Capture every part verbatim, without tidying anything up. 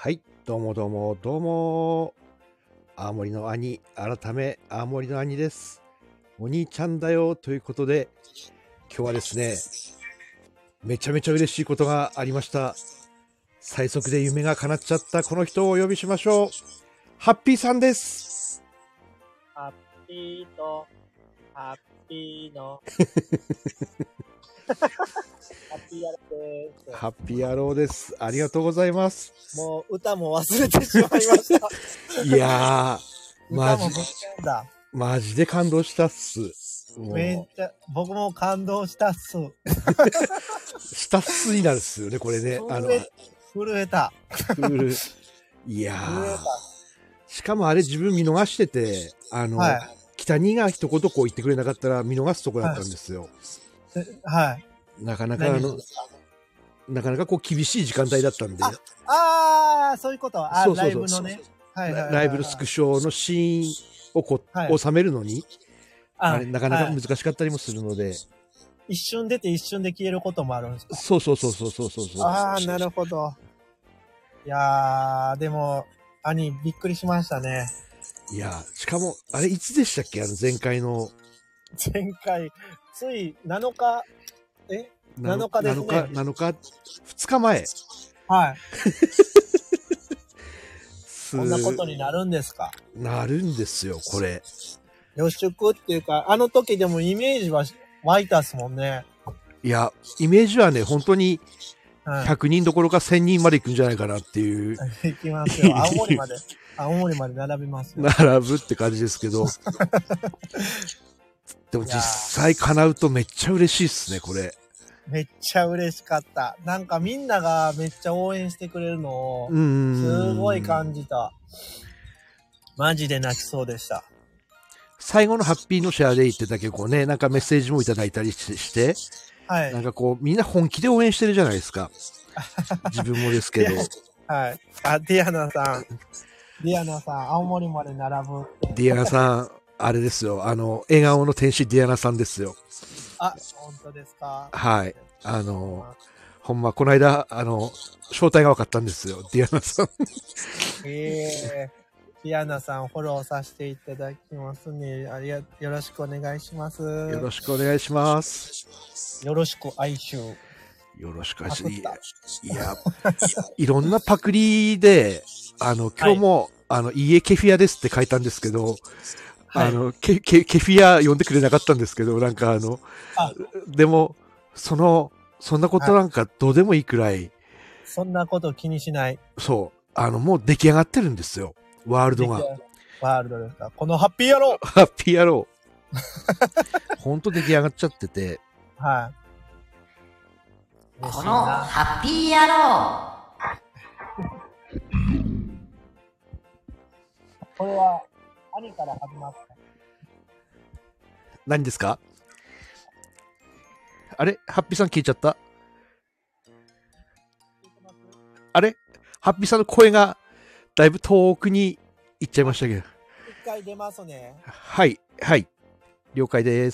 はい、どうもどうもどうも。青森の兄、改め青森の兄です。お兄ちゃんだよということで、今日はですね、めちゃめちゃ嬉しいことがありました。最速で夢が叶っちゃったこの人をお呼びしましょう。ハッピーさんです。 ハッピーと、ハッピーの。ハッピー野郎です。 ハッピー野郎です。ありがとうございます。 もう歌も忘れてしまいました。 いやー、マジ歌もぶっ飛んだ。 マジで感動したっす。もうめっちゃ、僕も感動したっす。 したっすになるっすよね、これね。あの、 震えた。 震えいや震えー、しかもあれ自分見逃してて、あの、 はい北にが一言こう言ってくれなかったら見逃すとこだったんですよ。 た。はい。 なかなかあの何ですか？ なかなかこう厳しい時間帯だったんで、 あー、そういうこと。あ、 そうそうそうライブのね。はいはいはいはい。 ライブのスクショのシーンをこう、 はい収めるのに、あれなかなかはい難しかったりもするので、 一瞬出て一瞬で消えることもあるんですか？ そうそうそうそうそうそうそう。 あー、なるほど。いやー、でも、兄、びっくりしましたね。 いや、しかも、あれいつでしたっけ、あの前回の。 前回、ついなのか、えなのなのかですね。 なのか、なのか、ふつかまえ。 はい。 すこんなことになるんですか。 なるんですよ、これ。 予祝っていうか、あの時でもイメージは湧いたっすもんね。 いや、イメージはね、本当にはい。 ひゃくにんどころかせんにんまで行くんじゃないかなっていう、 行きますよ。青森まで、青森まで並びますよ。 並ぶって感じですけど。でも実際叶うとめっちゃ嬉しいっすね、これ。 めっちゃ嬉しかった。なんかみんながめっちゃ応援してくれるのを、 うーん。 すごい感じた。マジで泣きそうでした。 最後のハッピーのシェアで言ってたけどね、なんかメッセージもいただいたりして、 はい。 なんかこう、みんな本気で応援してるじゃないですか。自分もですけど。 はい。あ、ディアナさん。ディアナさん、青森まで並ぶって。 ディアナさん、あれですよ。あの、笑顔の天使ディアナさんですよ。 あ、本当ですか。 はい。あの、ほんま、この間、あの、正体が分かったんですよ。ディアナさん。 ええー、ディアナさん、フォローさせていただきますね。ありが、よろしくお願いします。 よろしくお願いします。 よろしく哀愁。 よろしくお願いします。いや、いろんなパクリで、あの、今日も、はい、あの、いいえ、ケフィアですって書いたんですけど、はい、あの、ケ、ケ、ケフィア読んでくれなかったんですけど、なんかあの、あでも、その、そんなことなんかどうでもいいくらい、はい、 そんなこと気にしない。 そう。あの、もう出来上がってるんですよ。ワールドが。 ワールドですか。このハッピー野郎ハッピー野郎ほんと出来上がっちゃってて。 はい。 このハッピー野郎これは、兄から始まった。 何ですか？あれハッピーさん消えちゃった？あれハッピーさんの声がだいぶ遠くに行っちゃいましたけど。 一回出ますね。 はい、はい。了解です。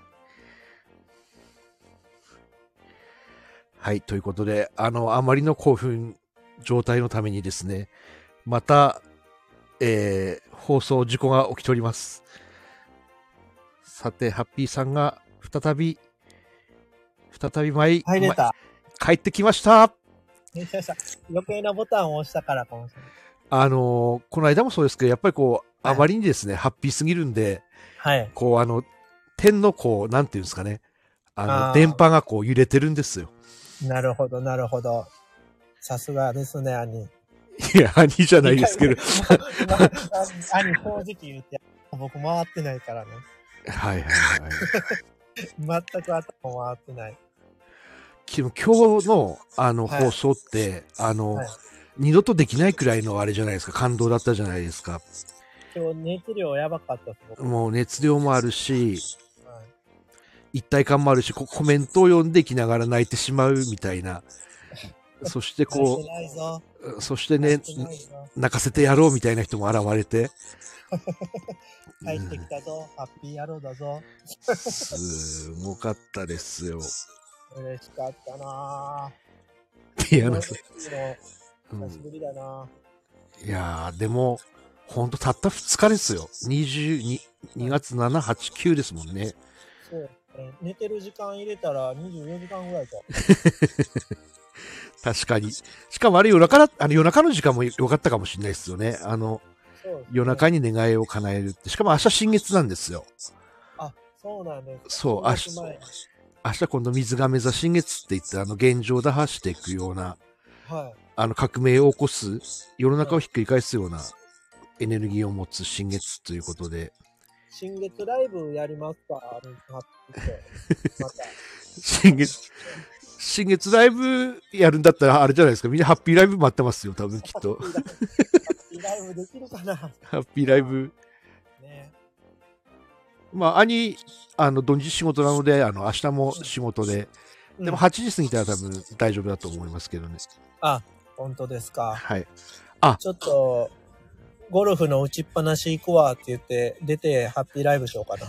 はい、ということで、あの、あまりの興奮状態のためにですね、また、えー、放送事故が起きております。さて、ハッピーさんが再び、再び前、 入れた。 帰ってきました。 余計なボタンを押したからかもしれない。 あのー、この間もそうですけど、やっぱりこう、あまりにですね、はい、ハッピーすぎるんで、 はい。 こう、あの、点のこう、なんていうんですかね、あの、電波がこう揺れてるんですよ。 なるほど、なるほど。さすがですね、兄。 いや、兄じゃないですけど。 兄、正直言って、僕回ってないからね。 はいはいはい。 全く頭回ってない。 今日の、あの、放送って、はい、あの、はい、二度とできないくらいのあれじゃないですか、感動だったじゃないですか。 今日熱量やばかったっす。 もう熱量もあるし、はい、一体感もあるし、コメントを読んでいきながら泣いてしまうみたいな。そしてこう、そしてね、泣かせてやろうみたいな人も現れて。 帰ってきたぞ、ハッピー野郎だぞ。 すごかったですよ。 嬉しかったなぁ。ディアナさん。 久しぶりだな。 いやー、でも、ほんとたったふつかですよ。にじゅうに、にがつしち、はち、きゅうですもんね。 そう、え寝てる時間入れたらにじゅうよじかんぐらいか。 確かに。しかもあれ夜中だ、あの夜中の時間も良かったかもしれないですよね。あの、 そうですね、 夜中に願いを叶えるって。しかも明日新月なんですよ。 あ、そうなんです。 そう、明日、明日今度水亀座新月って言って、あの現状を打破していくような、 はい、 あの革命を起こす、世の中をひっくり返すようなエネルギーを持つ新月ということで。 新月ライブやりますか？また新月、新月ライブやるんだったらあれじゃないですか。みんなハッピーライブ待ってますよ、多分きっと。 ハッピーライブできるかな？ ハッピーライブ。 ね、 まあ、兄、あの、土日仕事なので、あの、明日も仕事で、でもはちじ過ぎたら多分大丈夫だと思いますけどね。 あ、本当ですか。 はい。あ、 ちょっと、ゴルフの打ちっぱなし行くわって言って、出てハッピーライブしようかな。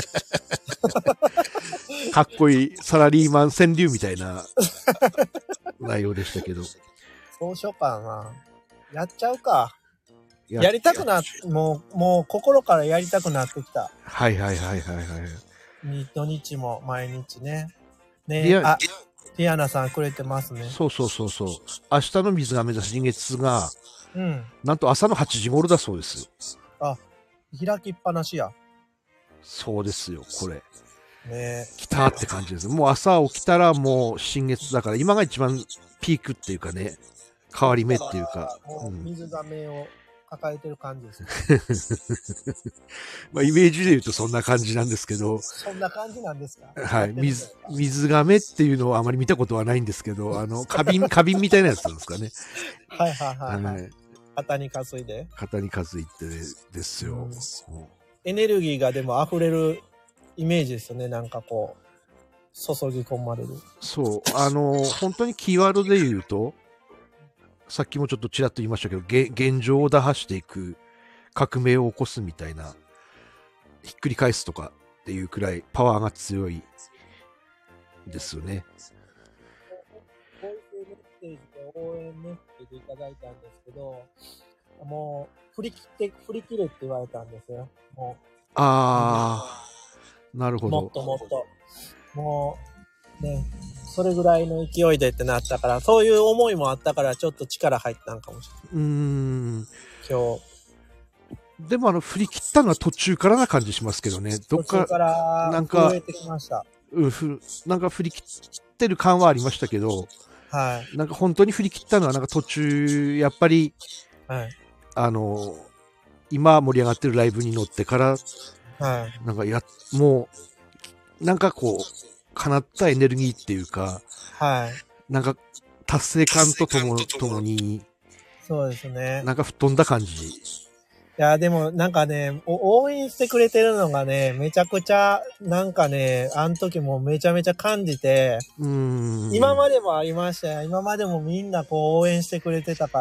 かっこいいサラリーマン川柳みたいな内容でしたけど。 そうしようかな。やっちゃうか。や, やりたくなっ、もう、もう心からやりたくなってきた。 はいはいはいはいはい。 土日も毎日ね。ね、あ、ティアナさんくれてますね。 そうそうそうそう。明日の水亀座新月が、 うん。 なんと朝のはちじ頃だそうですよ。 あ、開きっぱなしや。 そうですよ、これ。 ね、 来たって感じです。もう朝起きたらもう新月だから、今が一番ピークっていうかね、変わり目っていうか。 もう水亀を抱えてる感じですね。 まあイメージで言うとそんな感じなんですけど。 そんな感じなんですか？ はい。水、水亀っていうのはあまり見たことはないんですけど、あの、花瓶、花瓶みたいなやつなんですかね。 はいはいはい、はい。肩に担いで。 肩に担いでですよ。 エネルギーがでも溢れるイメージですよね。なんかこう、注ぎ込まれる。 そう。あの、本当にキーワードで言うと、さっきもちょっとちらっと言いましたけど、現状を打破していく、革命を起こすみたいな、ひっくり返すとかっていうくらいパワーが強いですよね。 ボイスメッセージで応援メッセージいただいたんですけど、もう振り切って、振り切れって言われたんですよ。もう。 あー、なるほど。 もっともっと。もう、ね、それぐらいの勢いでってなったから、そういう思いもあったから、ちょっと力入ったんかもしれない。 うーん。 今日。 でもあの、振り切ったのは途中からな感じしますけどね。どっか、 途中からなんか、 震えてきました。 うん、ふなんか振り切ってる感はありましたけど、 はい。 なんか本当に振り切ったのは、なんか途中、やっぱり、 はい。 あの、今盛り上がってるライブに乗ってから、 はい。 なんかや、もう、なんかこう、叶ったエネルギーっていうか、 はい。 なんか達成感とともともに、 そうですね。 なんか吹っ飛んだ感じ。 いや、でもなんかね、応援してくれてるのがね、めちゃくちゃ、なんかね、あの時もめちゃめちゃ感じて、 うーん。 今までもありましたよ。今までもみんなこう応援してくれてたから、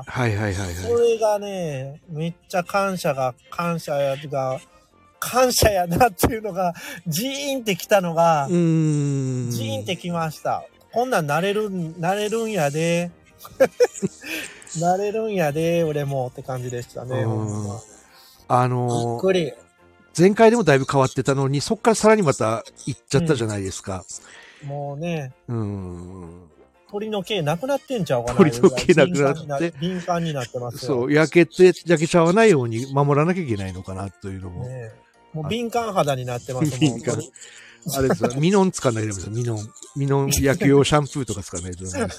はいはいはいはい。 それがね、めっちゃ感謝が、感謝が、感謝やなっていうのが、ジーンってきたのが、 うーん。 ジーンってきました。こんなんなれる、なれるんやで。なれるんやで、俺もって感じでしたね。 あのー、びっくり。 前回でもだいぶ変わってたのに、そっからさらにまた行っちゃったじゃないですか。 うん、もうね。 うん。 鳥の毛なくなってんちゃうかな。 鳥の毛なくなって。 敏感になってますよ。 そう、焼けて、焼けちゃわないように守らなきゃいけないのかなというのも。 ね、もう敏感肌になってますもん。敏感。 あれですよ、ミノン使わないとダメですよ、ミノン。ミノン焼け用シャンプーとか使わないとダメです。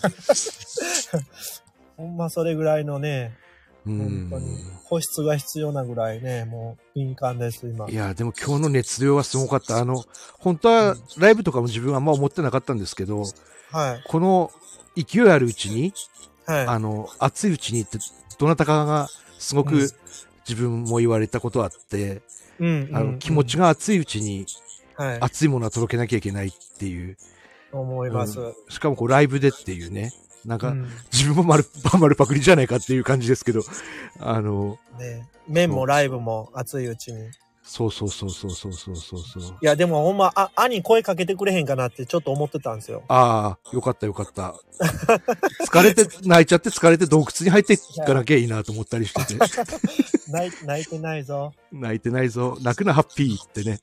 ほんまそれぐらいのね、本当に保湿が必要なぐらいね、もう敏感です、今。 いや、でも今日の熱量はすごかった。あの、本当はライブとかも自分はあんま思ってなかったんですけど、 はい、 この勢いあるうちに、 はい、 あの、熱いうちにって、どなたかがすごく自分も言われたことあって、 うん、 あの気持ちが熱いうちに、 はい、 熱いものは届けなきゃいけないっていう。 思います。うん、 しかもこうライブでっていうね。なんか、うん、自分も丸、丸パクリじゃないかっていう感じですけど、あの、 ね、面もライブも熱いうちに。 そうそうそうそうそうそうそうそう。 いや、でもほんま、あ、兄声かけてくれへんかなってちょっと思ってたんですよ。 ああ、よかったよかった。疲れて、泣いちゃって疲れて洞窟に入っていかなきゃいいなと思ったりしてて。 泣い泣いてないぞ。 泣いてないぞ。泣くな、ハッピーってね。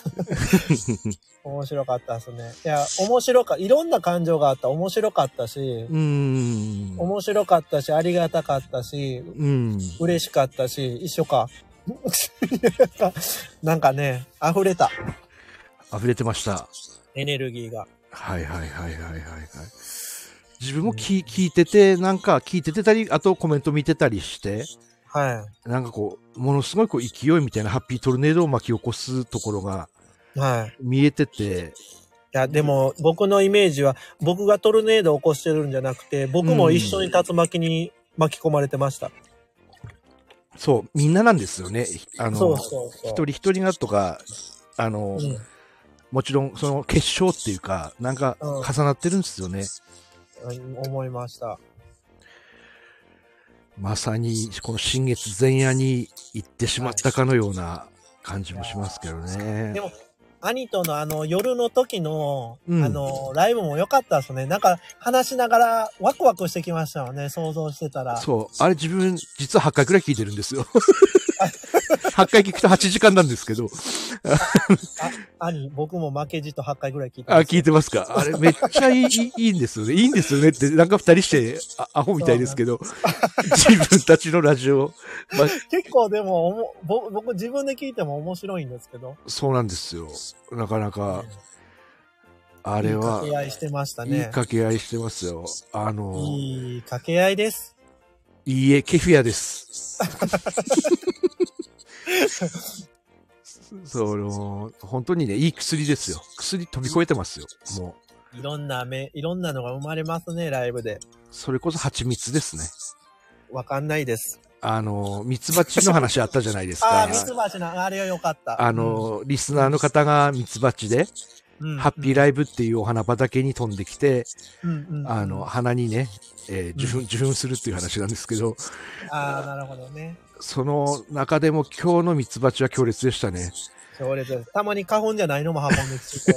面白かったですね。いや、面白か、いろんな感情があった。面白かったし、 うーん。 面白かったし、ありがたかったし、 うん。 嬉しかったし、一緒か。なんかね、溢れた。 溢れてました。 エネルギーが。 はいはいはいはいはいはい。自分も聞、聞いてて、なんか聞いててたり、あとコメント見てたりして、 はなんかこう、ものすごいこう勢いみたいなハッピートルネードを巻き起こすところがい。はい。い見えてて、 や、でも僕のイメージは、僕がトルネードを起こしてるんじゃなくて、僕も一緒に竜巻に巻き込まれてました。 そう、みんななんですよね。あの、 そうそうそう。 一人一人がとか、あの、 うん、 もちろんその結晶っていうか、なんかうん重なってるんですよね。 思いました。 まさにこの新月前夜に行ってしまったかのような感じもしますけどね。 でも、兄とのあの夜の時の、 うん、 あの、ライブも良かったですね。なんか話しながらワクワクしてきましたよね。想像してたら。 そう。あれ自分、実ははちかいくらい聞いてるんですよ。はちかい聞くとはちじかんなんですけど。 あ、兄、僕も負けじとはちかいぐらい聞いてます。 あ、聞いてますか。あれめっちゃいい、いいんですよね。いいんですよねって、なんか二人してアホみたいですけど、自分たちのラジオ。 まあ、結構でもおもぼ、僕自分で聞いても面白いんですけど。 そうなんですよ。なかなか、うん、あれは。いい掛け合いしてましたね。 いい掛け合いしてますよ。あの、 いい掛け合いです。 いいえ、ケフィアです。その、本当にね、いい薬ですよ。薬飛び越えてますよ。もう。いろんな目、いろんなのが生まれますね、ライブで。 それこそ蜂蜜ですね。 わかんないです。 あの、ミツバチの話あったじゃないですか。 ああ、ミツバチの、あれはよかった。 あの、うん、リスナーの方がミツバチで、うん、ハッピーライブっていうお花畑に飛んできて、うんうん、あの、花にね、えー、受粉、受粉するっていう話なんですけど。 ああ、なるほどね。 その中でも今日のミツバチは強烈でしたね。 強烈です。たまに花粉じゃないのも運んできて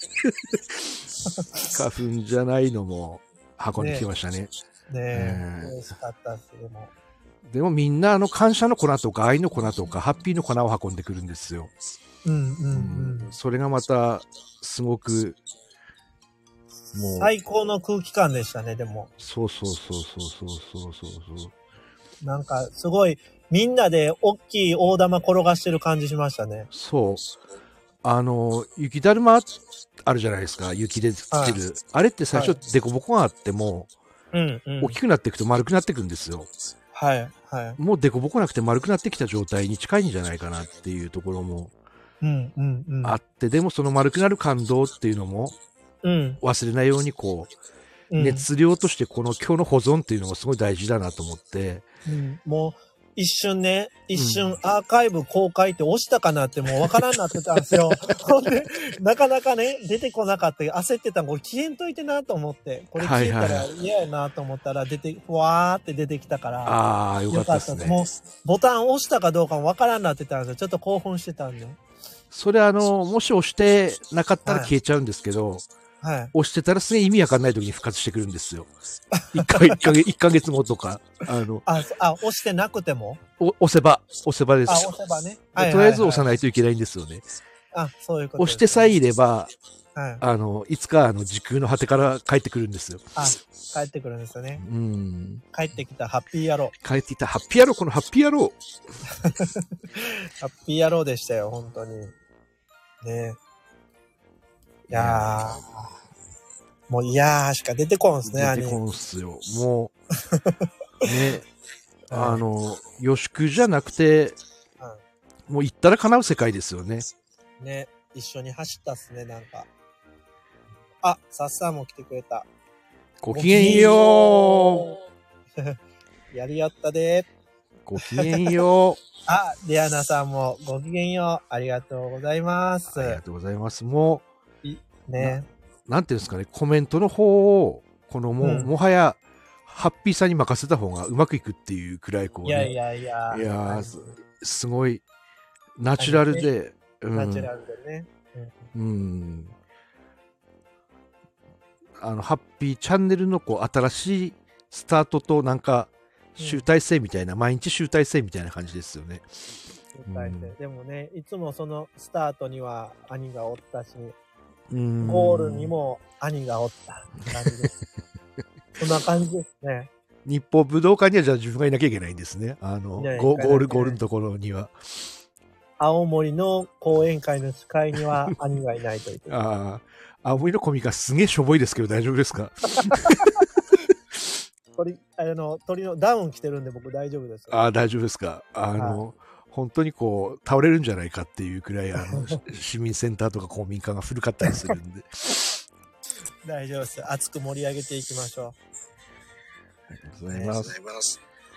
花粉じゃないのも運んできましたね。 ねえ。えー、嬉しかったっす、でも。 でもみんなあの感謝の粉とか愛の粉とかハッピーの粉を運んでくるんですよ。 うんうんうん。 うん、それがまたすごくもう最高の空気感でしたね、でも。 そうそうそうそうそうそうそうそう。 なんかすごいみんなで大きい大玉転がしてる感じしましたね。 そう。あの雪だるまあるじゃないですか。雪でつける、はい、あれって最初デコボコがあっても、はい、大きくなっていくと丸くなっていくんですよ。 はいはい。 もうデコボコなくて丸くなってきた状態に近いんじゃないかなっていうところもうんうんうん、 あって、でもその丸くなる感動っていうのも忘れないようにこう、うん、熱量としてこの今日の保存っていうのがすごい大事だなと思って、 うん、もう一瞬ね、一瞬アーカイブ公開って押したかなってもうわからんなってたんですよ。ほんで、なかなかね、出てこなかった焦ってたの、これ消えんといてなと思って、これ消えたら嫌やなと思ったら出て、ふわーって出てきたから。 ああ、よかったですね。 もう、ボタン押したかどうかもわからんなってたんですよ。ちょっと興奮してたんで。 それあの、もし押してなかったら消えちゃうんですけど、はいはい、押してたらすげえ意味わかんない時に復活してくるんですよ。一ヶ月、一ヶ月後とか。あの、 あ、あ、押してなくてもお押せば、押せばです。 あ、押せばね。 はいはいはい、とりあえず押さないといけないんですよね。 あ、そういうこと、 ね。押してさえいれば、 はい、 あの、いつかあの時空の果てから帰ってくるんですよ。 あ、帰ってくるんですよね。 うん。 帰ってきたハッピー野郎。 帰ってきたハッピー野郎、このハッピー野郎。 ハッピー野郎でしたよ、本当に。ね。いやー。もういやーしか出てこんすね、 出てこんすよ。もう、ね、あの、予祝じゃなくて、うん、もう行ったら叶う世界ですよね。 ね、一緒に走ったっすね、なんか。あ、サッサーも来てくれた。 ごきげんよう。やりやったでー。ごきげんよう。 あ、デアナさんもごきげんよう。ありがとうございます。 ありがとうございます。もう、ね。 なんていうんですかね、コメントの方を、このもう、うん、もはや、ハッピーさんに任せた方がうまくいくっていうくらいこう、ね、 いやいやいや。 いやー、すごい、 ナチュラルで、 ナチュラルでね。 うん。うん、あの、ハッピーチャンネルのこう、新しいスタートとなんか、集大成みたいな、うん、毎日集大成みたいな感じですよね。 集大成。うん、でもね、いつもそのスタートには兄がおったし、 うん、 ゴールにも兄がおった感じです。そんな感じですね。 日本武道館にはじゃあ自分がいなきゃいけないんですね。あの、ゴール、ゴールのところには。 青森の講演会の司会には兄がいないという。 ああ、青森のコミカすげえしょぼいですけど大丈夫ですか？ 鳥、あの、鳥のダウン着てるんで僕大丈夫です。 ああ、大丈夫ですか。あの、はい、本当にこう、倒れるんじゃないかっていうくらい、あの、市民センターとか公民館が古かったりするんで。 大丈夫です。熱く盛り上げていきましょう。 ありがとうございます。ます。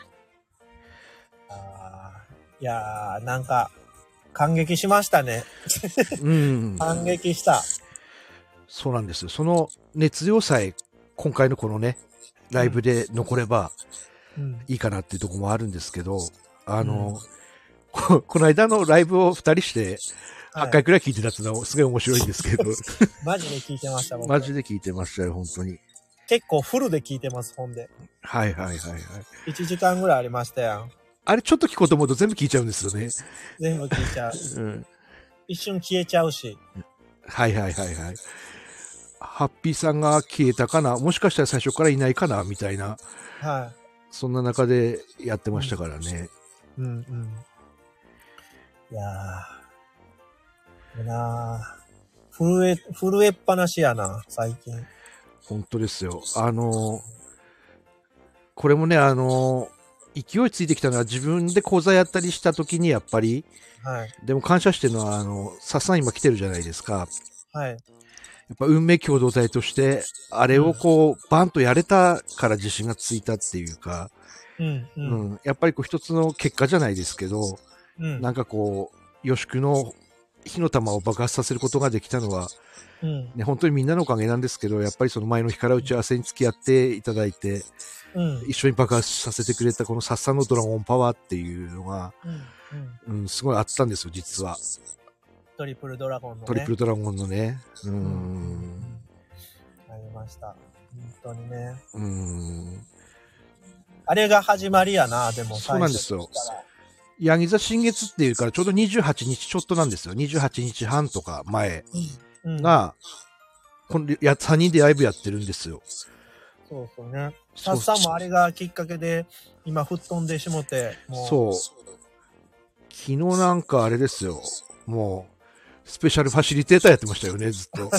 あいやー、なんか、感激しましたね。 うん。 感激した。 そうなんですよ。その熱量さえ、今回のこのね、ライブで残ればいいかなっていうところもあるんですけど、あの、うん、こ, この間のライブをふたりしてはちかいくらい聞いてたってのはすごい面白いんですけど。 マジで聞いてました、僕。 マジで聞いてましたよ、本当に。 結構フルで聞いてます、本で。 はいはいはいはい。 いちじかんぐらいありましたやん。 あれちょっと聞こうと思うと全部聞いちゃうんですよね。 全部聞いちゃう。うん、一瞬消えちゃうし。 はいはいはいはい。ハッピーさんが消えたかな、もしかしたら最初からいないかなみたいな、 はい、 そんな中でやってましたからね。 うんうん、うん、いやーなー震え震えっぱなしやな最近。 本当ですよ。あのこれもね、あの勢いついてきたのは自分で講座やったりした時にやっぱり、 はい、 でも感謝してるのはあのさっさん今来てるじゃないですか。 はい。 やっぱ運命共同体として、あれをこう、バンとやれたから自信がついたっていうか、 うんうんうん、やっぱりこう一つの結果じゃないですけど、 うん、 なんかこう、予祝の火の玉を爆発させることができたのは、 うんね、本当にみんなのおかげなんですけど、やっぱりその前の日から打ち合わせに付き合っていただいて、 うん、 一緒に爆発させてくれたこのさっさんのドラゴンパワーっていうのが、 うんうんうん、すごいあったんですよ、実は。 トリプルドラゴンのね。 トリプルドラゴンのね。うーん。うん、 ありました。本当にね。 うーん。 あれが始まりやな、でも。 そうなんですよ。ヤギ座新月っていうからちょうどにじゅうはちにちちょっとなんですよ。にじゅうはちにちはんとか前が、うんうん、このやさんにんでライブやってるんですよ。 そうそうね。さっさんもあれがきっかけで今吹っ飛んでしもて。 もうそう。昨日なんかあれですよ。もう。スペシャルファシリテーターやってましたよね、ずっと。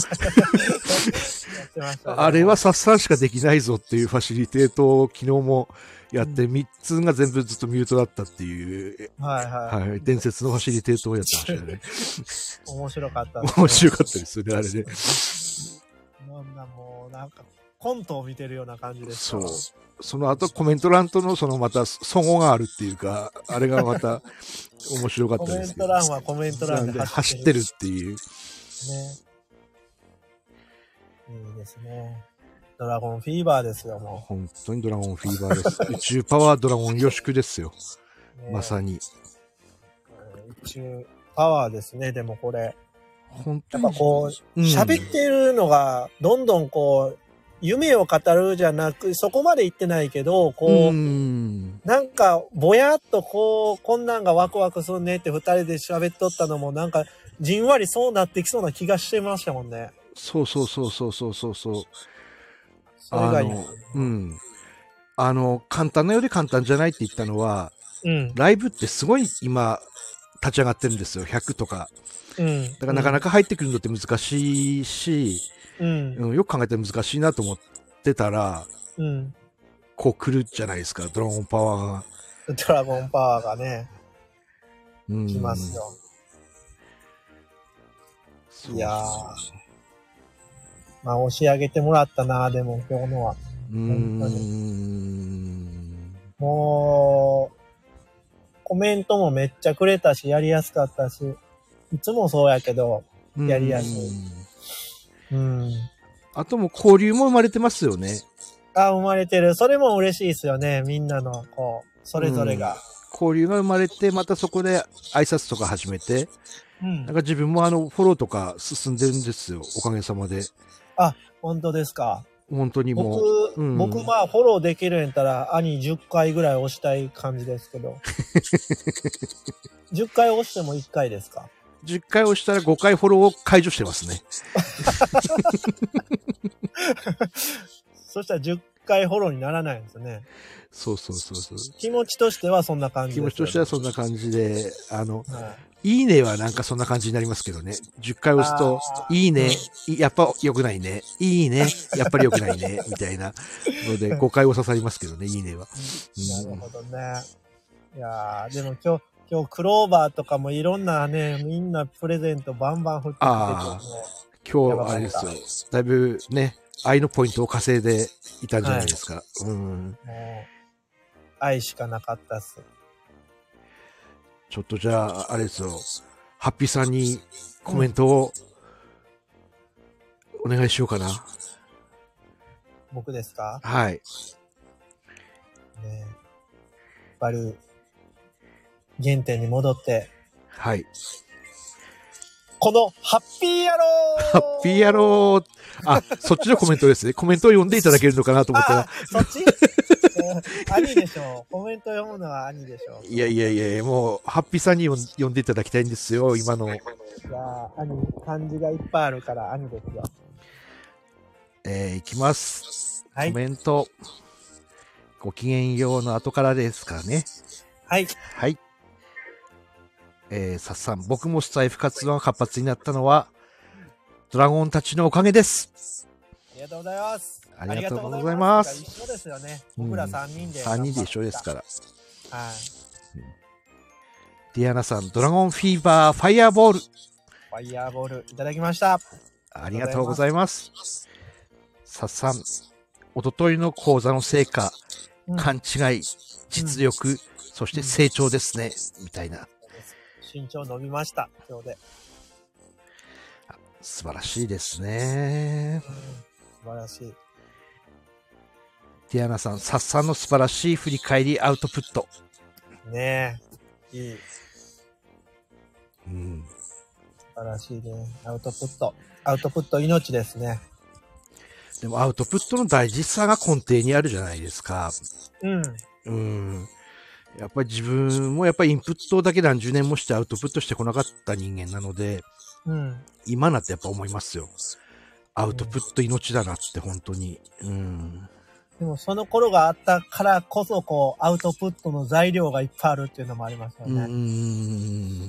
あれはさっさんしかできないぞっていうファシリテートを昨日もやって、うん、みっつが全部ずっとミュートだったっていう、 はいはい。 はい、伝説のファシリテートをやってましたよね。 面白かったです、 ね。面白かったですよね、あれね。 なんだもう、なんかコントを見てるような感じですそう。その後コメント欄とのそのまたそごがあるっていうか、あれがまた面白かったですけど。 コメント欄はコメント欄で走ってるっていう。ね。 いいですね。ドラゴンフィーバーですよ、もう。 本当にドラゴンフィーバーです。宇宙パワードラゴン予祝ですよ。ね、まさに。 宇宙パワーですね、でもこれ。 本当に。やっぱこう、喋、うん、ってるのが、どんどんこう、夢を語るじゃなく、そこまで言ってないけど、こう、うんなんか、ぼやっとこう、こんなんがワクワクするねって二人で喋っとったのも、なんか、じんわりそうなってきそうな気がしてましたもんね。 そうそうそうそうそうそうそう。 それがいい。 うん。あの、簡単なより簡単じゃないって言ったのは、 うん、 ライブってすごい今、立ち上がってるんですよ。ひゃくとか。 うん。 だからなかなか入ってくるのって難しいし、 うんうん、よく考えて難しいなと思ってたら、 うん、 こう来るじゃないですか、ドラゴンパワーが。ドラゴンパワーがね、 うん、 来ますよ。いやー、まあ押し上げてもらったな、でも今日のは。 うーん。 もう、コメントもめっちゃくれたし、やりやすかったし、いつもそうやけど、やりやすい。うん。 あとも交流も生まれてますよね。 あ、生まれてる。それも嬉しいですよね。みんなの、こう、それぞれが。 交流が生まれて、またそこで挨拶とか始めて、 うんなんか自分もあの、フォローとか進んでるんですよ。おかげさまで。 あ、本当ですか。 本当にも僕、 う。うん、 僕まあフォローできるんやったら、兄じゅっかいぐらい押したい感じですけど。じゅっかい押してもいっかいですか？ じゅっかい押したらごかいフォローを解除してますね。 そしたらじゅっかいフォローにならないんですよね。 そうそうそうそう。 気持ちとしてはそんな感じですよね。 気持ちとしてはそんな感じで、あの、 はい、 いいねはなんかそんな感じになりますけどね。じゅっかい押すと、いいね、うん、やっぱ良くないね。いいね、やっぱり良くないね。みたいなので、ごかい押ささりますけどね、いいねは。 うん、なるほどね。いやー、でも今日、今日クローバーとかもいろんなね、みんなプレゼントバンバン振ってきてて、 あ今日あれですよ。だいぶね、愛のポイントを稼いでいたんじゃないですか。はい、うん。 もう愛しかなかったっす。 ちょっとじゃあ、あれですよ。ハッピーさんにコメントをお願いしようかな。うん、 僕ですか？ はい。 ねえ。バル、原点に戻って。 はい。 このハッピー野郎ハッピー野郎あ、そっちのコメントですね。コメントを読んでいただけるのかなと思ったら。 そっち兄でしょう。コメント読むのは兄でしょう。 いやいやいや、もう、ハッピーさんに読んでいただきたいんですよ、今の。いや兄、漢字がいっぱいあるから兄ですよ。 えー、いきます。 はい。 コメント。ごきげんようの後からですかね。 はい。 はい。えー、さっさん、僕もスタイフ活動が活発になったのは、ドラゴンたちのおかげです。 ありがとうございます。 ありがとうございます。 一緒ですよね。僕らさんにんで、 うん。さんにんで一緒ですから。 はい。 ディアナさん、ドラゴンフィーバー、ファイヤーボール。 ファイヤーボール、いただきました。 ありがとうございます。さっさん、おとといの講座の成果、うん、勘違い、実力、うん、そして成長ですね、うん、みたいな。 身長伸びました、今日で。 素晴らしいですね、うん。 素晴らしい。 ディアナさん、さっさんの素晴らしい振り返りアウトプット。 ねえ、いい。 うん。 素晴らしいね。アウトプット。アウトプット命ですね。 でもアウトプットの大事さが根底にあるじゃないですか。 うん。 うん。やっぱり自分もやっぱりインプットだけ何十年もしてアウトプットしてこなかった人間なので、 うん、 今なってやっぱ思いますよ。アウトプット命だなって本当に。うん。 でもその頃があったからこそこうアウトプットの材料がいっぱいあるっていうのもありますよね。 うん。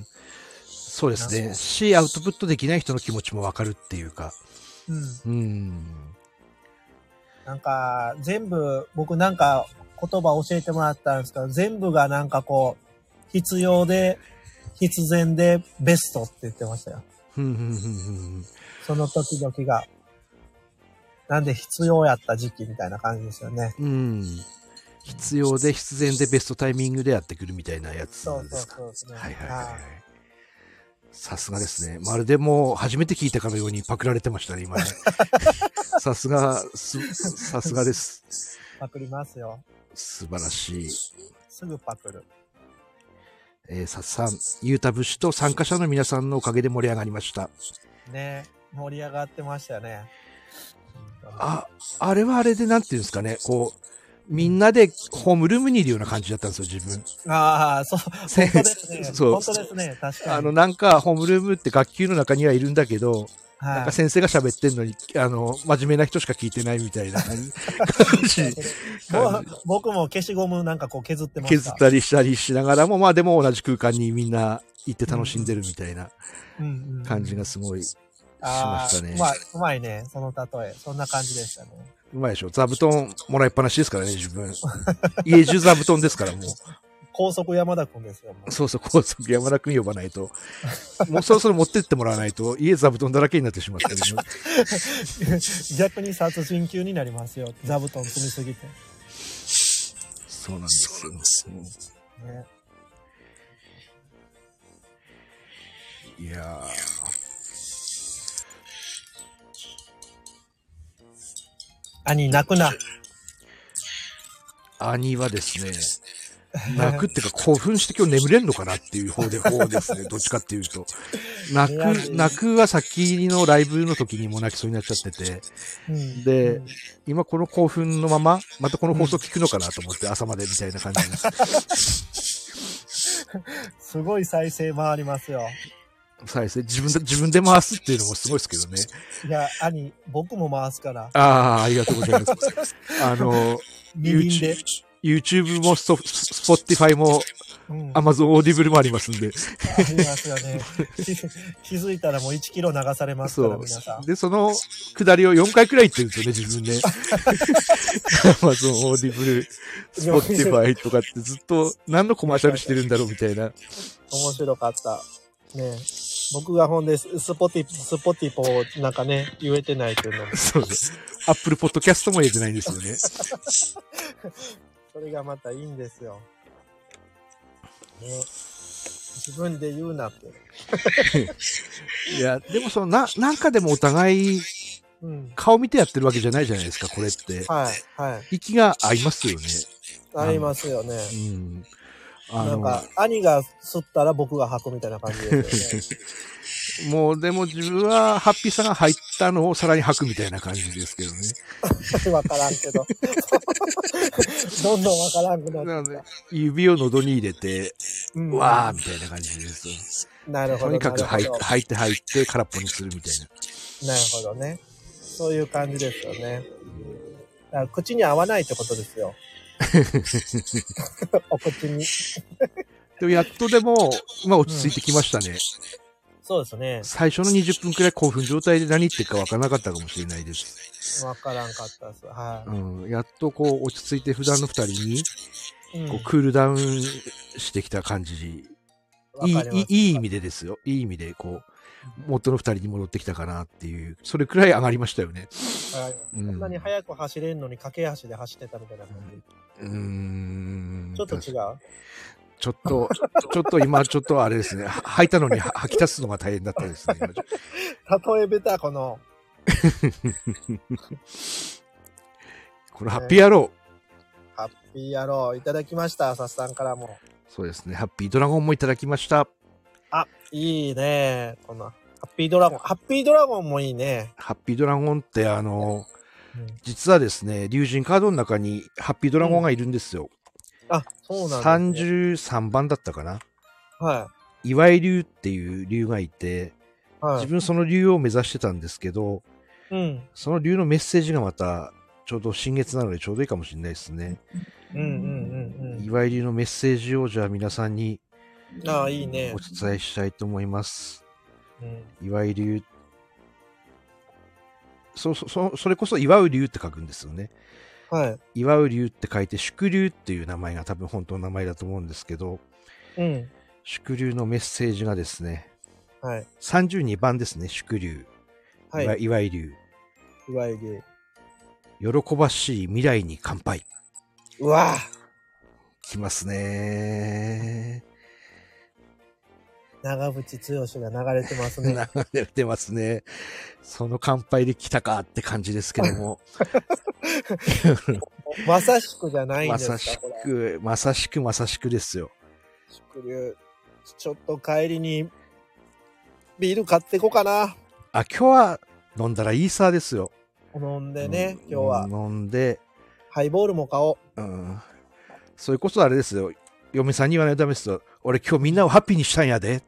そうですね。し、アウトプットできない人の気持ちもわかるっていうか。 うん。 うん。 なんか全部僕なんか言葉教えてもらったんですけど、全部がなんかこう必要で必然でベストって言ってましたよ。その時々がなんで必要やった時期みたいな感じですよね。 うん。必要で必然でベストタイミングでやってくるみたいなやつですか。 そうそうそうですね。 はいはいはい。さすがですね。まるでもう初めて聞いたかのようにパクられてましたね、今ね。さすが、さすがです。 パクりますよ。 素晴らしい。 すぐパクる。 えー、さっさん、ゆうたぶしと参加者の皆さんのおかげで盛り上がりました。 ね、盛り上がってましたよね。 あ、あれはあれでなんていうんですかね、こう、みんなでホームルームにいるような感じだったんですよ、自分。 ああ、そう、本当ですね。 そう。 本当ですね、確かに。 あの、なんか、ホームルームって学級の中にはいるんだけど、はい、なんか先生が喋ってんのに、あの、真面目な人しか聞いてないみたいな感じ。 僕も消しゴムなんかこう削ってました。 削ったりしたりしながらも、まあでも同じ空間にみんな行って楽しんでるみたいな感じがすごいしましたね。 うまい、うまいね、その例え。そんな感じでしたね。 うまいでしょ。座布団もらいっぱなしですからね、自分。家中座布団ですから、もう。 高速山田くんですよ。 そうそう、高速山田くん呼ばないと。もうそろそろ持ってってもらわないと、家座布団だらけになってしまってる。 逆に殺人級になりますよ。座布団積みすぎて。 そうなんですよ。ね、いやー。 兄、泣くな。 兄はですね、 泣くっていうか興奮して今日眠れんのかなっていう方で、方ですね。どっちかっていうと。泣く、泣くはさっきのライブの時にも泣きそうになっちゃってて。 うん、 で、 うん、 今この興奮のまま、またこの放送聞くのかなと思って朝までみたいな感じです。 すごい再生回りますよ。 再生、自分で、自分で回すっていうのもすごいですけどね。 いや、兄、僕も回すから。 ああ、ありがとうございます。あの、 YouTube で。 YouTube もスポ、Spotify も、うん、Amazon オーディブルもありますんで。 ありますよね。気づいたらもういちキロ流されますから、皆さん。 で、その下りをよんかいくらい言ってるんですよね、自分で。Amazon オーディブル、Spotify とかってずっと何のコマーシャルしてるんだろうみたいな。 面白かった。ね。僕がほんで、スポティ、スポティポをなんかね、言えてないっていうのも。 そうです。Apple Podcast も言えてないんですよね。 それがまたいいんですよ。ね。自分で言うなって。 いや、でもその、な、なんかでもお互い、顔見てやってるわけじゃないじゃないですか、これって。 はい、はい。 息が合いますよね。 合いますよね。 うん。 なんか、兄が吸ったら僕が吐くみたいな感じですよね。もう、でも自分は、ハッピーさんが入ったのをさらに吐くみたいな感じですけどね。 わからんけど。どんどんわからんくなってきた。 指を喉に入れて、うん、わーみたいな感じです。 なるほど。 とにかく吐い吐いて吐いて空っぽにするみたいな。なるほどね。そういう感じですよね。だから口に合わないってことですよ。お口に。 でもやっとでも、まあ落ち着いてきましたね。うん、 そうですね。 最初のにじゅっぷんくらい興奮状態で何言ってるかわからなかったかもしれないです。 わからんかったです。はい。 うん。やっとこう落ち着いて普段の二人に、こうクールダウンしてきた感じ。うん、いい、いい、いい意味でですよ。いい意味でこう、元の二人に戻ってきたかなっていう、それくらい上がりましたよね。 はい。うん、こんなに速く走れんのに駆け足で走ってたみたいな感じ。 うーん。 ちょっと違う？ ちょっと、ちょっと今ちょっとあれですね。吐いたのに吐き出すのが大変だったですね。 例えべた、この。 このハッピー野郎。 ハッピー野郎、いただきました、さっさんからも。 そうですね。ハッピードラゴンもいただきました。 あ、いいね。この、ハッピードラゴン。ハッピードラゴンもいいね。 ハッピードラゴンってあの、うん、実はですね、竜神カードの中にハッピードラゴンがいるんですよ。 うん、あ、そうなんですね。 さんじゅうさんばんだったかな。 はい。 岩井竜っていう竜がいて、はい、自分その竜を目指してたんですけど、うん、その竜のメッセージがまた、ちょうど新月なのでちょうどいいかもしれないですね。 うんうんうんうん。 岩井竜のメッセージをじゃあ皆さんに、 ああ、いいね。 お伝えしたいと思います。 うん、 岩井竜。そ、そ、それこそ岩う竜って書くんですよね。 はい。 岩う竜って書いて、祝竜っていう名前が多分本当の名前だと思うんですけど、 うん。 祝竜のメッセージがですね、 はい。 さんじゅうにばんですね、祝竜。はい。岩井竜。 岩井竜。 喜ばしい未来に乾杯。 うわぁ。 きますねー。 長渕剛が流れてますね。 流れてますね。その乾杯で来たかって感じですけども。 まさしくじゃないんですか？ まさしく、まさしくまさしくですよ。 祝竜、ちょっと帰りにビール買ってこうかな。 あ、今日は飲んだらいいさですよ。 飲んでね、うん、今日は。 飲んで。 ハイボールも買おう。 うん。それこそあれですよ。嫁さんに言わないとダメですよ。俺今日みんなをハッピーにしたんやでって。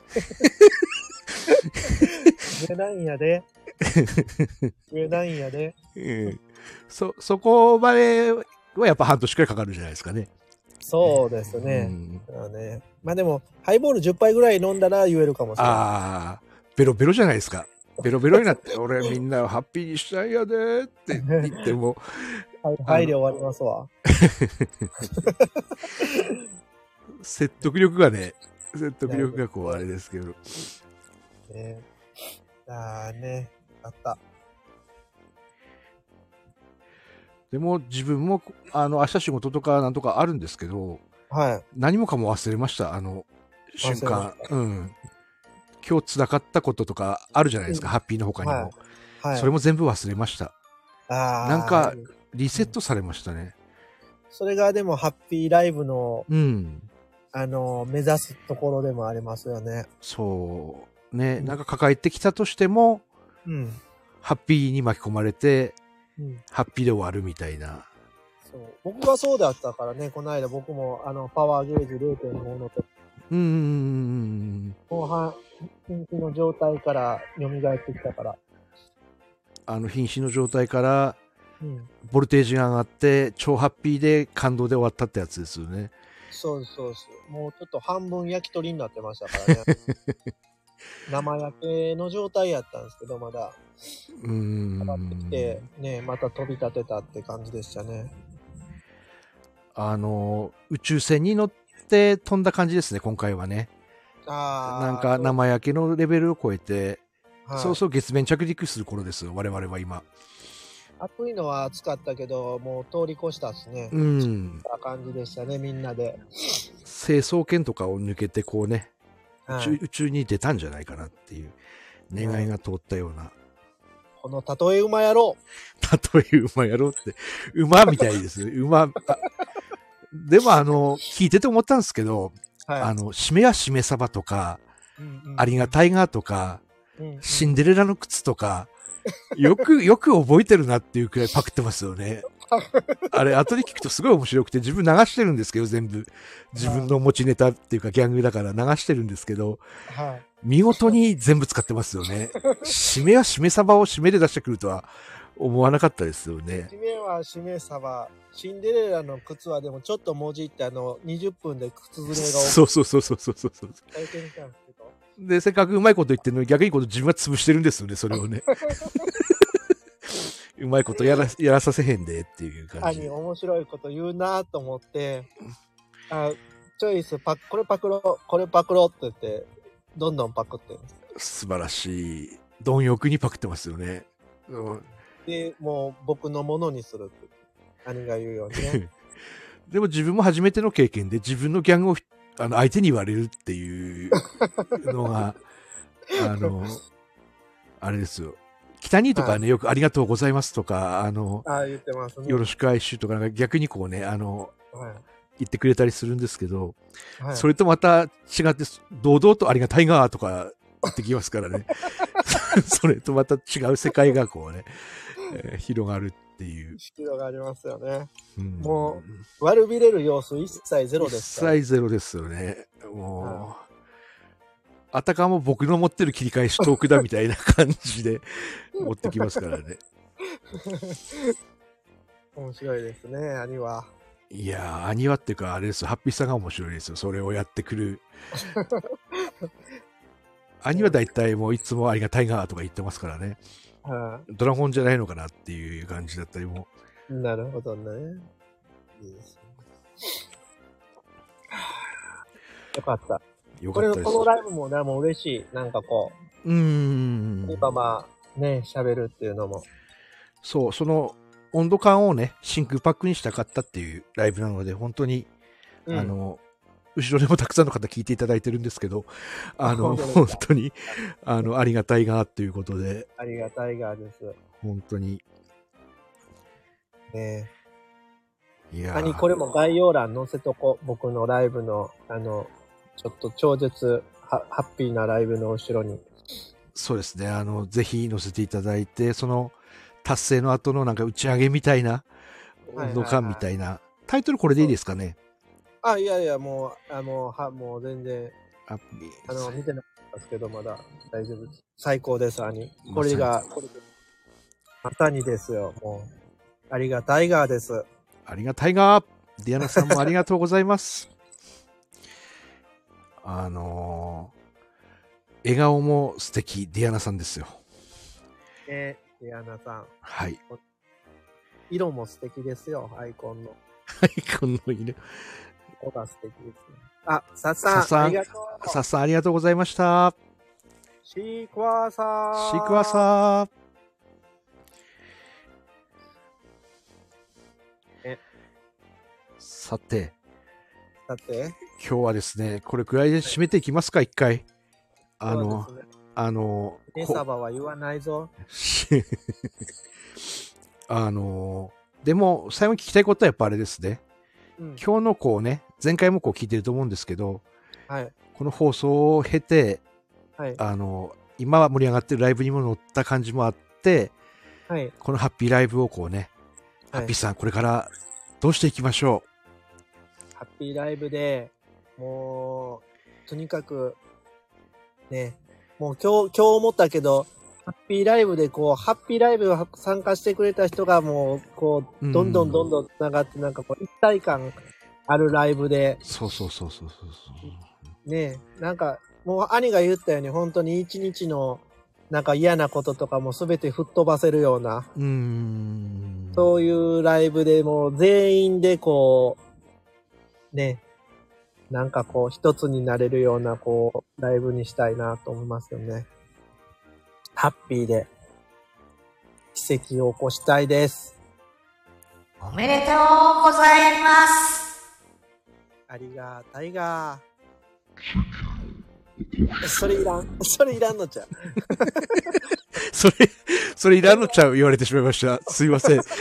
言えないんやで。言えないんやで。 うん。そ、そこまではやっぱ半年くらいかかるじゃないですかね。 そうですね。うん、だね。まあでも、ハイボールじゅっぱいぐらい飲んだら言えるかもしれない。ああ、ベロベロじゃないですか。ベロベロになって、俺みんなをハッピーにしたんやでって言っても。 はい、はいで終わりますわ。 説得力がね、説得力がこうあれですけど。 ね、ああね、あった。 でも自分も、あの、明日仕事とかなんとかあるんですけど、 はい。 何もかも忘れました、あの、瞬間。うん。今日辛かったこととかあるじゃないですか、うん、ハッピーの他にも、はいはい。それも全部忘れました。 ああ。 なんか、リセットされましたね。 それがでもハッピーライブの、 うん。 あの、目指すところでもありますよね。 そう。ね、なんか抱えてきたとしても、 うん。 ハッピーに巻き込まれて、 うん。 ハッピーで終わるみたいな。 そう。僕がそうだったからね、この間僕も、あの、パワーゲージ れいてんご のと、 うーん。 後半、貧血の状態から蘇ってきたから。 あの、瀕死の状態から、 うん。 ボルテージが上がって、超ハッピーで感動で終わったってやつですよね。 そうですそうです。もうちょっと半分焼き鳥になってましたからね。生焼けの状態やったんですけど、まだ。 うーん。 上がってきて、ね、また飛び立てたって感じでしたね。 あの、宇宙船に乗って飛んだ感じですね、今回はね。 ああ。 なんか生焼けのレベルを超えて、 はい、 そうそう月面着陸する頃ですよ、我々は今。 暑いのは暑かったけど、もう通り越したっすね。 うん。 な感じでしたね、みんなで。 成層圏とかを抜けて、こうね、 はい、 宇宙、宇宙に出たんじゃないかなっていう願いが通ったような。はい、 この例え馬やろう。例え馬やろうって。馬みたいです。馬。でもあの、聞いてて思ったんですけど、はい、あの、しめやしめ鯖とか、うんうん、ありがたいがとか、うんうん、シンデレラの靴とか、よく、よく覚えてるなっていうくらいパクってますよね。あれ、後で聞くとすごい面白くて、自分流してるんですけど、全部。自分の持ちネタっていうか、ギャングだから流してるんですけど、はい、見事に全部使ってますよね。締めは締め鯖を締めで出してくるとは思わなかったですよね。 締めは締め鯖。シンデレラの靴はでもちょっともじってあの、にじゅっぷんで靴ずれが起きる。 そうそうそうそうそうそう。 体験したんですけど。 で、せっかくうまいこと言ってるのに逆にこと自分は潰してるんですよね、それをね。うまいことやら、やらさせへんでっていう感じ。 兄、面白いこと言うなと思って、あ、チョイスパク、これパクろ、これパクろって言って、どんどんパクってるんです。 素晴らしい。貪欲にパクってますよね。 うん、で、もう僕のものにするって、兄が言うようにね。 でも自分も初めての経験で自分のギャングをあの相手に言われるっていうのが、あの、あれですよ。北にとかね、はい、よくありがとうございますとか、あの、 あ言ってますね、 よろしく哀愁とか、なんか逆にこうね、あの、はい、言ってくれたりするんですけど、はい、それとまた違って、堂々とありがたいがとか言ってきますからね。それとまた違う世界がこうね、えー、広がるっていう。 広がりますよね。うん、もう、悪びれる要素一切ゼロですから。 一切ゼロですよね。もう。はい、あたかも僕の持ってる切り返しトークだみたいな感じで持ってきますからね。 面白いですね、兄は。 いやー、兄はっていうか、あれですよ、ハッピーさんが面白いですよ、それをやってくる。兄はだいたいもういつもありがたいがとか言ってますからね。はあ、ドラゴンじゃないのかなっていう感じだったりも。 なるほどね。いいですね。よかった。 よかったです。 これ、このライブもね、もう嬉しい。なんかこう。 うーん。 今まあ、ね、喋るっていうのも。 そう、その温度感をね、真空パックにしたかったっていうライブなので、本当に、うん、あの、後ろでもたくさんの方聞いていただいてるんですけど、あの、本当に、あの、ありがたいがということで。 ありがたいがです。 本当に。 ねえ。いやー。 兄、これも概要欄載せとこ。僕のライブの、あの、ちょっと超絶ハッピーなライブの後ろに。 そうですね。あの、ぜひ載せていただいて、その達成の後のなんか打ち上げみたいな、温度感みたいな、はいはいはい、タイトルこれでいいですかね。 あ、いやいや、もう、あの、は、もう全然、ああの、見てなかったですけど、まだ大丈夫です。最高です、兄。これが、これでまさにですよ、もう。ありがたいがーです。 ありがたいがー。ディアナさんもありがとうございます。あのー、笑顔も素敵、ディアナさんですよ。 えー、ディアナさん。 はい。 色も素敵ですよ、アイコンの。 アイコンの色。 色が素敵ですね。あ、さっさん、 さっさん、 ありがとう。 さっさんありがとうございました。 シークワーサー。 シークワーサー。 え。 さて。 さて。 今日はですね、これくらいで締めていきますか、一回。あの、ね、あの、 ネサバは言わないぞ。 あの、でも、最後に聞きたいことはやっぱあれですね。 うん。 今日のこうね、前回もこう聞いてると思うんですけど、 はい。 この放送を経て、 はい。 あの、今は盛り上がってるライブにも乗った感じもあって、 はい。 このハッピーライブをこうね、 はいハッピーさん、これからどうしていきましょハッピーライブで、もう、とにかく、ね、もう今日、今日思ったけど、ハッピーライブでこう、ハッピーライブを参加してくれた人がもう、こう。 う、どんどんどんどん繋がって、なんかこう、一体感あるライブで、 そうそうそうそうそうそう。 ね、なんか、もう兄が言ったように、本当に一日の、なんか嫌なこととかも全て吹っ飛ばせるような、 うーん。 そういうライブでもう全員でこう、ね、なんかこう一つになれるようなこう、ライブにしたいなと思いますよね。ハッピーで、奇跡を起こしたいです。 おめでとうございます。 ありがたいが。それいらん。それいらんのちゃう。 それ、それいらんのちゃう言われてしまいました。すいません。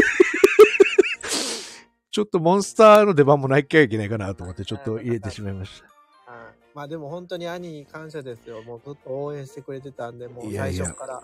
ちょっとモンスターの出番もないきゃいけないかなと思ってちょっと入れてしまいました。 はい、まあでも本当に兄に感謝ですよ。もうずっと応援してくれてたんで、もういやいや最初から。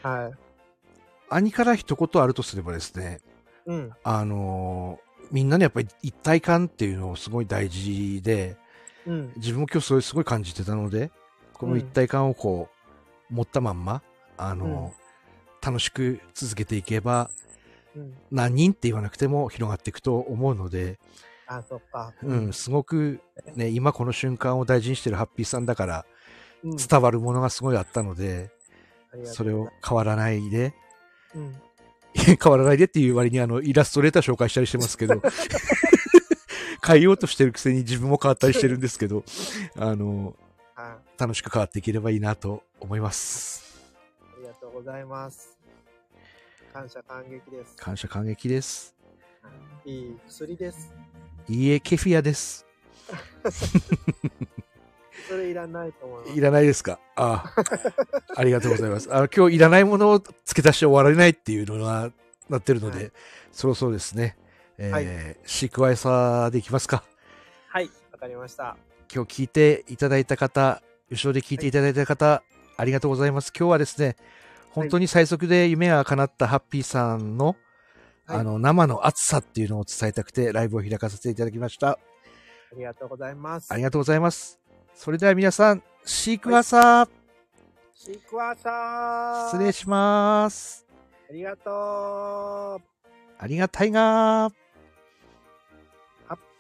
はい。 兄から一言あるとすればですね、 うん。 あのーみんなのやっぱり一体感っていうのをすごい大事で、 うん。 自分も今日それすごい感じてたので、この一体感をこう、持ったまんま、あのー楽しく続けていけば、 うん。 何人って言わなくても広がっていくと思うので、 あ、そっか。 うん、すごくね、今この瞬間を大事にしてるハッピーさんだから、 うん。 伝わるものがすごいあったので、 ありがとうそれを変わらないで、 うん。 変わらないでっていう割にあの、イラストレーター紹介したりしてますけど、変えようとしてるくせに自分も変わったりしてるんですけど、あの、 はい。 楽しく変わっていければいいなと思います。 ありがとうございます。感謝感激です。 感謝感激です。 いい薬です。 いいえ、ケフィアです。 それいらないと思います。 いらないですか？ああ。ありがとうございます。あの、今日いらないものを付け足して終わられないっていうのがなってるので、 はい、 そろそろですね、えーはい、 シークワイサーでいきますか。 はい、わかりました。 今日聞いていただいた方、後ろで聞いていただいた方、はい、ありがとうございます。今日はですね、本当に最速で夢が叶ったハッピーさんの、はい、あの、生の熱さっていうのを伝えたくて、ライブを開かせていただきました。ありがとうございます。 ありがとうございます。それでは皆さん、シークワーサー、はい、 シークワーサー失礼します。 ありがとう。 ありがたいがー。